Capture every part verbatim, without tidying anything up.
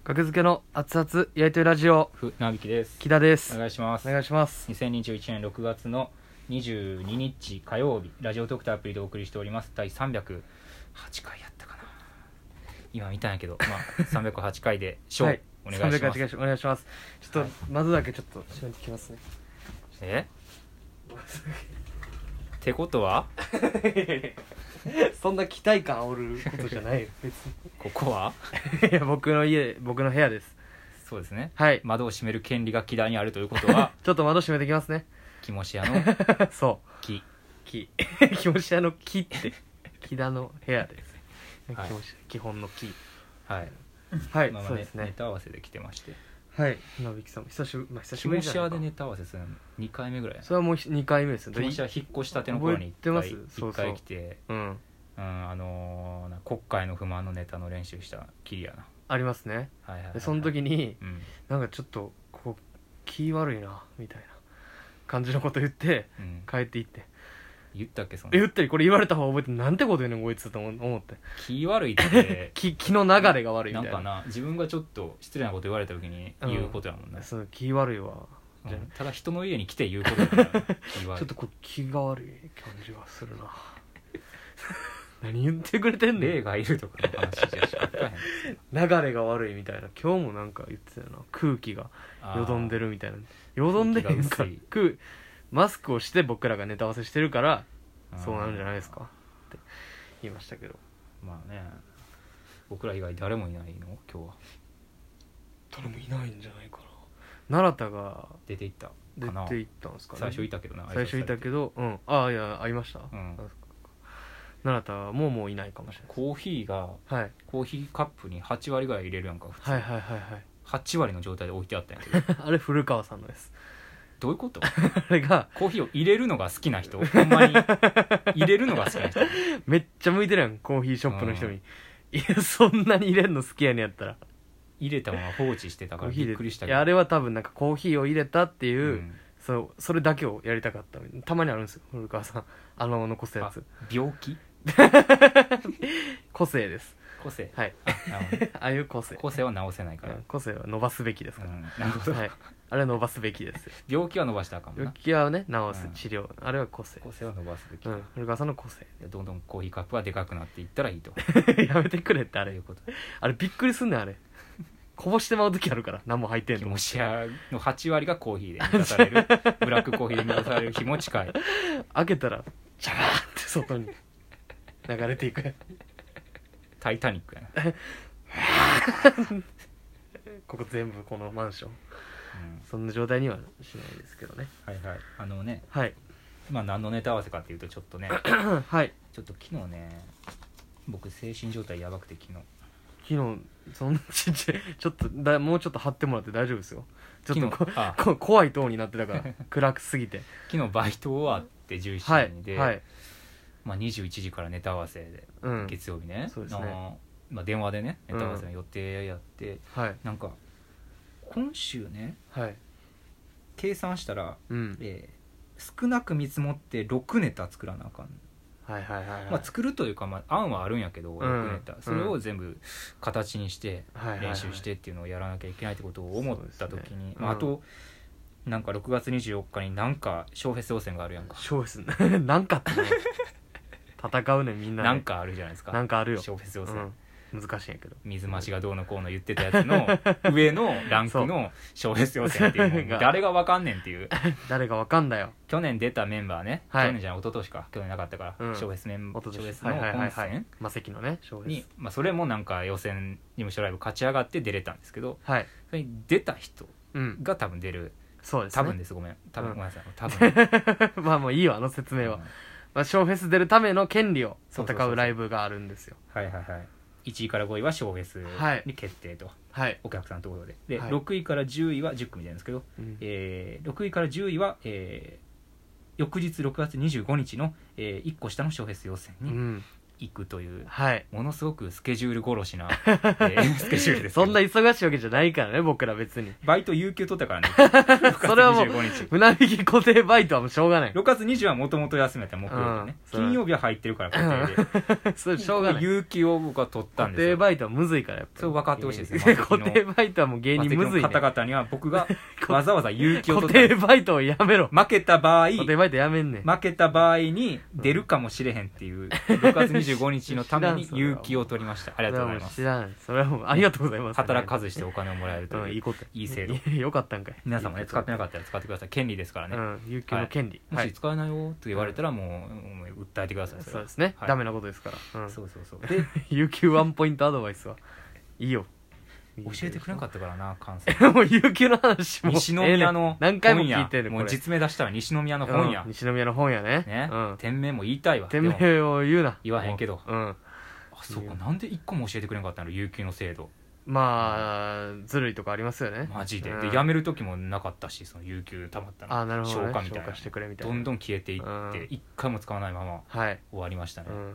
格付けの熱々焼いてるラジオ、 ふなびきです。 木田です。 お願いします。 お願いします。 にせんにじゅういちねんろくがつのにじゅうににち火曜日、ラジオトークとアプリでお送りしております。第さんびゃくはちかいやったかな、今見たんやけど、まあさんびゃくはちかいでショー、はい、お願いします。さんびゃくはちかいお願いします。 ちょっと、はい、窓だけちょっと閉めてきますね。 えってことはそんな期待感煽ることじゃないよ別に。 ここはいや僕の家、僕の部屋です。 そうですね、 はい、 窓を閉める権利が木田にあるということはちょっと窓閉めてきますね。 キモシアのそう木木キモシアの木って木田の部屋です、はい、基本の木。はいはい、まあまあね、そうですね、 ネタ合わせで来てまして、 はい、なびきさんも久しぶり、まあ、久しぶりじゃないか。 キモシアでネタ合わせするのにかいめぐらい。 それはもうにかいめですよ。 キモシア引っ越したての頃にいっかいいっかい来て、 うん、 うん、あのー、国会の不満のネタの練習したきりやな。 ありますね、はいはいはいはい、でその時に、うん、なんかちょっとこう気悪いなみたいな感じのこと言って、うん、帰っていって。 言ったっけそんな。 言ったりこれ言われた方が覚えてなんてこと言うねんこいつと思って。 気悪いって気, 気の流れが悪いみたいな。 なんかな、自分がちょっと失礼なこと言われた時に言うことやもんね、 うん、そう気悪いわ、 うん、ただ人の家に来て言うことだから気悪い。 ちょっとこう気が悪い感じがするな何言ってくれてんねん。 霊がいるとかの話じゃしかへん流れが悪いみたいな。今日もなんか言ってたよな、空気がよどんでるみたいな。よどんでへんか空マスクをして僕らがネタ合わせしてるからそうなるんじゃないですかって言いましたけど。 まあね、僕ら以外誰もいないの今日は。 誰もいないんじゃないかな。奈良田が出ていったかな。 出ていったんですかね。 最初いたけどな。 最初いたけど、うん、ああいや会いました、うん、奈良田ももういないかもしれない。 コーヒーが、はい、コーヒーカップにはちわりぐらい入れるやんか普通。はいはいはいはい。はちわりの状態で置いてあったんやけどあれ古川さんのです。 どういうことあれがコーヒーを入れるのが好きな人、ほんまに入れるのが好きな人めっちゃ向いてるやんコーヒーショップの人に、うん、いやそんなに入れるの好きやねんやったら入れたまま放置してたからびっくりしたけど。 いやあれは多分なんかコーヒーを入れたっていう、うん、そうそれだけをやりたかった。たまにあるんですよ古川さん、あの残すやつ。 病気個性です。 個性、 はい、あ, ああいう個性個性は直せないから、うん、 個性は伸ばすべきですから、うん、 なるほど、はい、 あれは伸ばすべきですよ。 病気は伸ばしたらあかんもんな。 病気はね直す、うん、治療、あれは個性。 個性は伸ばすべき、 うん、古川さんの個性でどんどんコーヒーカップはでかくなっていったらいいとやめてくれってあれいうこと。あれびっくりすんねんあれこぼしてまう時あるから何も入ってんの。 キモシアのはちわりがコーヒーで満たされるブラックコーヒーで満たされる日も近い。 開けたらジャーって外に流れていくタイタニックやなここ全部このマンション、うん、そんな状態にはしないですけどね。 はいはい。あのね、 はい、 まあ何のネタ合わせかっていうとちょっとねはい、 ちょっと昨日ね僕精神状態やばくて昨日昨日そんなちっちゃいちょっとだもうちょっと張ってもらって大丈夫ですよ。ちょっとこああ怖いトーンになってたから暗くすぎて昨日バイト終わってじゅうしちじで、はいはい、まあ、にじゅういちじからネタ合わせで、うん、月曜日ね、そうですね、まあ、電話でねネタ合わせの予定やって、うん、なんか今週ね、はい、計算したら、うん、えー、少なく見積もってろくネタ作らなあかん。はいはいはいはい、まあ、作るというか、まあ、案はあるんやけど、うん、ろくネタそれを全部形にして練習してっていうのをやらなきゃいけないってことを思った時に、ね、まあ、あとなんかろくがつにじゅうよっかになんか小フェス予選があるやんか。 小フェスなんかって戦うねみんな、ね、 なんかあるじゃないですか。 なんかあるよ小フェス予選、 うん、難しいんやけど水増しがどうのこうの言ってたやつの上のランクの小フェス予選っていうの誰がわかんねんっていう誰がわかんだよ。 去年出たメンバーね、はい、去年じゃない一昨年か、去年なかったから、うん、小フェスメンバー小フェスの本戦マセキのね小フェスに、まあ、それもなんか予選事務所ライブ勝ち上がって出れたんですけど、 はい、 それに出た人が多分出る、うん、 そうですね、 多分ですごめん多分、うん、ごめんなさい多分まあもういいよあの説明は、うん、まあ、小フェス出るための権利を戦うライブがあるんですよ。 はいはいはい。いちいからごいは小フェスに決定と、はい、お客さんということで、で、はい、ろくいからじゅういはじゅっくみなんですけど、うん、えー、ろくいからじゅういは、えー、翌日ろくがつにじゅうごにちの、えー、いっこ下の小フェス予選に行くという、 はい、 ものすごくスケジュール殺しな、えー、スケジュールですそんな忙しいわけじゃないからね僕ら別にバイト有給取ったからねそれはもう船引き固定バイトはもうしょうがない。 ろくがつにじゅうはもともと休めた木曜日ね、うん、金曜日は入ってるから固定でそれしょうがない。 有給を僕は取ったんですよ。 固定バイトはむずいからやっぱそう分かってほしいですね固定バイトはもう芸人むずいね。 方々には僕がわざわざ有給を取った固定バイトをやめろ。 負けた場合固定バイトやめんねん。 負けた場合に出るかもしれへんっていうろくがつにじゅうごにちのために有給を取りました。ありがとうございます。 知らない。それはもうありがとうございます、 ね、働かずしてお金をもらえるという、うん、いいこといい制度よかったんかい。 皆さんもね使ってなかったら使ってください。権利ですからね、 うん、有給の権利、 はい、もし使えないよと言われたらもう、うん、訴えてください。 そ, そうですね、はい、ダメなことですから、 うん、そうそうそうで有給ワンポイントアドバイスはいいよ。 教えてくれなかったからな関西もう有給の話も西宮の何回も聞いてる。 もう実名出したら西宮の本屋、 うん、西宮の本屋ねね、 うん、 店名も言いたいわ。 店名を言うな。 言わへんけど、 うん、 あそうか。なんで一個も教えてくれなかったの有給の制度。 まあずるいとかありますよねマジで、 うん、 で辞める時もなかったし、その有給たまったのあなるほど、ね、 消化みたいなしてくれみたいなどんどん消えていって一、うん、回も使わないまま終わりましたね、はいうん、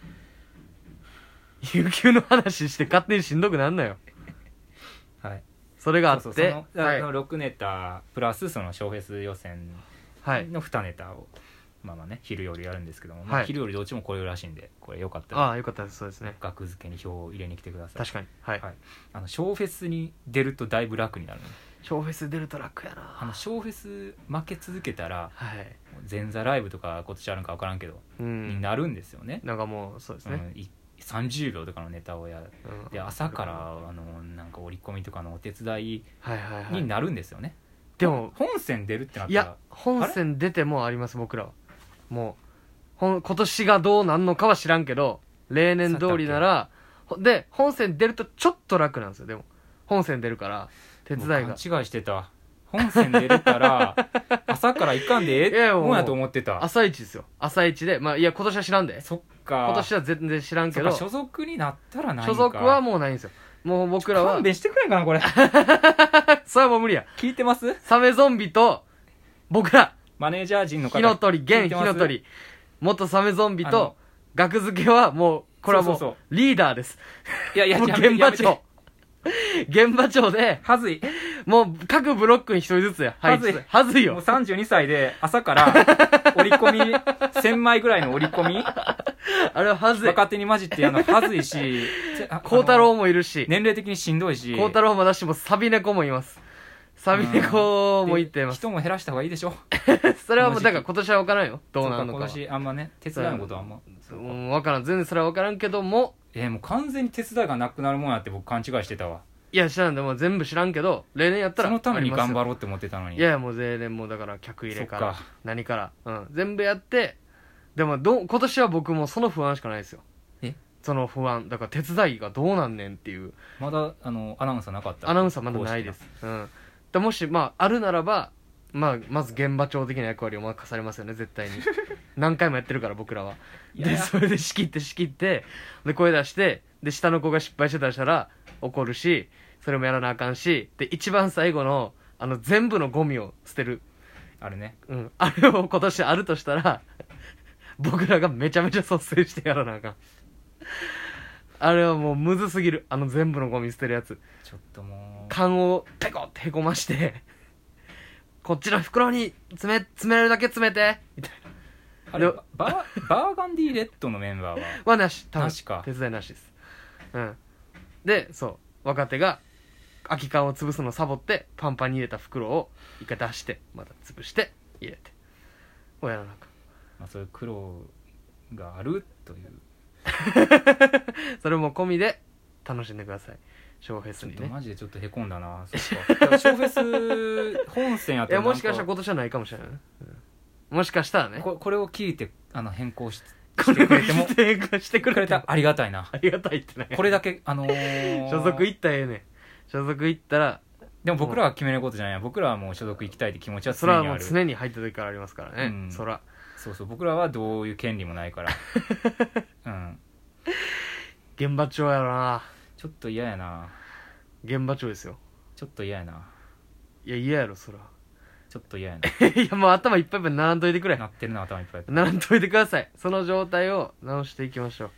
有給の話して勝手にしんどくなんのよはいそれがあって、そうそうその、はい、ろくネタプラスその小フェス予選のにネタをまあまあね昼夜やるんですけども、はいまあ、昼夜どっちも来れるらしいんでこれよかったらああよかったです。そうですね額付けに票を入れに来てください。 確かにはい、はい、 あの小フェスに出るとだいぶ楽になるね。 小フェス出ると楽やな。 あの小フェス負け続けたら、 はい、 前座ライブとか今年あるんか分からんけど、うん、になるんですよね。 なんかもうそうですね、 うんさんじゅうびょうとかのネタをやる、うん、で朝からあのなんか折り込みとかのお手伝いになるんですよね、 はいはいはい、 でも本戦出るってなったらいや本戦出てもあります僕らはもうほん今年がどうなんのかは知らんけど例年通りならで本戦出るとちょっと楽なんですよ。でも本戦出るから手伝いが勘違いしてた。本戦出るから朝から行かんでええもんやと思ってた。 朝一ですよ朝一で。まあいや今年は知らんで。 そっか今年は全然知らんけど所属になったらないんか。 所属はもうないんですよ。もう僕らは勘弁してくれんかなこれそれはもう無理や。 聞いてます？ サメゾンビと僕らマネージャー陣の方火の鳥現火の鳥元サメゾンビと額付けはもうこれはもうリーダーです。 いやいや現場長現場長ではずいもう各ブロックに一人ずつや。 はずいはずいよ。 もうさんじゅうにさいで朝から折り込みせんまいぐらいの折り込みあれははずい。 若手に混じってやるのはずいし孝太郎もいるし年齢的にしんどいし孝太郎もだしもサビ猫もいます。サビ猫もいてます。 人も減らした方がいいでしょそれはもうだから今年は分からんよどうなるのかは。 今年あんまね手伝いのことはあんまうん分からん全然それは分からんけどもえー、もう完全に手伝いがなくなるもんやって僕勘違いしてたわ。 いや知らんでも全部知らんけど例年やったらそのために頑張ろうって思ってたのに。 いやいやもう例年もだから客入れから何から、うん、全部やってでもど今年は僕もその不安しかないですよ。 えその不安だから手伝いがどうなんねんっていう。 まだあのアナウンサーなかった。 アナウンサーまだないです。うんでもしまああるならばまあ、まず現場長的な役割を任されますよね絶対に何回もやってるから僕らは。でそれで仕切って仕切ってで声出してで下の子が失敗してたりしたら怒るしそれもやらなあかんしで一番最後のあの全部のゴミを捨てるあれね、 うん、あれを今年あるとしたら僕らがめちゃめちゃ率先してやらなあかんあれはもうむずすぎる。あの全部のゴミ捨てるやつちょっともう缶をペコってへこましてこっちの袋に詰め詰めれるだけ詰めてみたいな。 あれバーバーガンディレッドのメンバーははなし多分なしか手伝いなしです。うんでそう若手が空き缶を潰すのをサボってパンパンに入れた袋を一回出してまた潰して入れてこうやらなか、 まあ、そういう苦労があるというそれも込みで楽しんでくださいショーフェスにね。 ちょっとマジでちょっとへこんだな。そっかショーフェス本戦やったらいやもしかしたら今年はないかもしれない、うん、もしかしたらねこ, これを聞いてあの変更ししてくれても変更してくれたらありがたいな。 ありがたいってねこれだけあのー、 所属行ったらええねん。所属行ったらでも僕らは決めることじゃない。僕らはもう所属行きたいって気持ちは常にある。 それはもう常に入った時からありますからね、うん、そらそうそう僕らはどういう権利もないからうん現場長やろな。 ちょっと嫌やな。 現場長ですよ。 ちょっと嫌やな。 いや嫌やろそらちょっと嫌やな。 いやもう頭いっぱいいっぱいならんといてくれ。 なってるな頭いっぱいいっぱい。 ならんといてください。その状態を直していきましょう。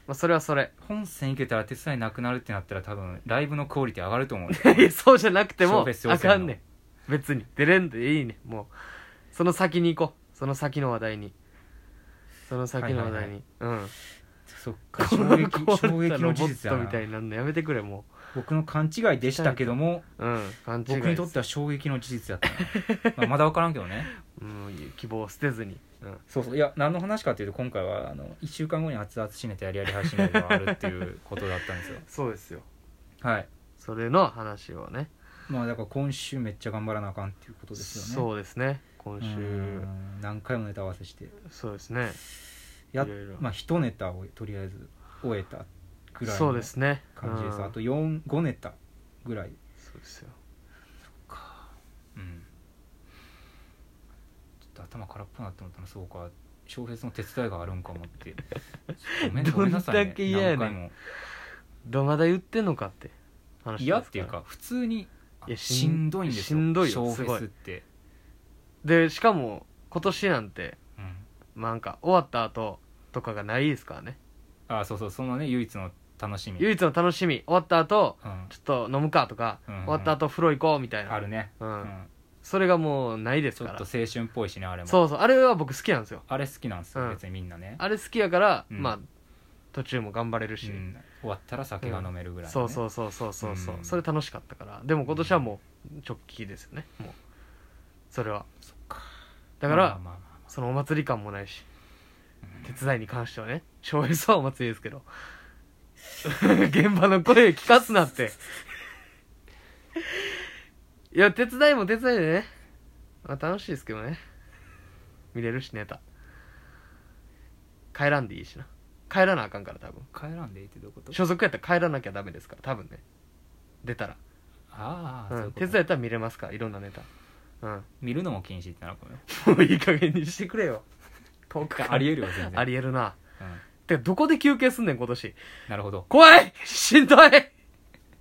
まあ、それはそれ本線行けたら手伝いなくなるってなったら多分ライブのクオリティ上がると思ういやそうじゃなくてもあかんねん別に出れんでいいねもうその先に行こうその先の話題にその先の話題に、はいはいはい、うんそっか衝撃衝撃の事実やなみたいになるのやめてくれもう僕の勘違いでしたけども、 うん、勘違い僕にとっては衝撃の事実やったな、まあ、まだ分からんけどね、 うん、希望を捨てずに、 うん、そうそういや何の話かというと今回はあのいっしゅうかんごに熱々しねてやりやり配信ライブがあるっていうことだったんですよそうですよはいそれの話をねまあだから今週めっちゃ頑張らなあかんっていうことですよねそうですね今週何回もネタ合わせしてそうですねやいろいろまあ一ネタをとりあえず終えたぐらいの感じです。 ね、 あとよん、ごネタぐらい。 そうですよ。 そっか。うん。ちょっと頭空っぽになって思ったのそうか。小説の手伝いがあるんかもって。ごめんごめんなさいね。 どんだけ嫌やねん。どまだ言ってんのかって話です。嫌っていうか普通にいやしんどいんですよ。 しんどいよ。 小説って。 でしかも今年なんて、うん、なんか終わった後とかがないですからね。 あそうそうそのね唯一の楽しみ唯一の楽しみ終わった後、うん、ちょっと飲むかとか、うんうん、終わった後風呂行こうみたいなあるね、 うんうん、それがもうないですからちょっと青春っぽいしねあれもそうそうあれは僕好きなんですよあれ好きなんですよ、うん、別にみんなねあれ好きやから、うん、まあ途中も頑張れるし、うん、 終わったら酒が飲めるぐらい、ねうん、そうそうそうそうそう、うん、それ楽しかったからでも今年はもう直帰ですよねもうそれはそっかだから、まあまあまあまあ、そのお祭り感もないし、うん、手伝いに関してはね小 S はお祭りですけど現場の声聞かすなっていや手伝いも手伝いでね、まあ、楽しいですけどね見れるしネタ帰らんでいいしな帰らなあかんから多分帰らんでいいってどういうこと所属やったら帰らなきゃダメですから多分ね出たらああ、 うん、う手伝いやったら見れますからいろんなネタ、うん、 見るのも禁止ってなるかもよもういい加減にしてくれよ遠くありえるよ全然ありえるな、うん、てかどこで休憩すんねん今年なるほど怖いしんどい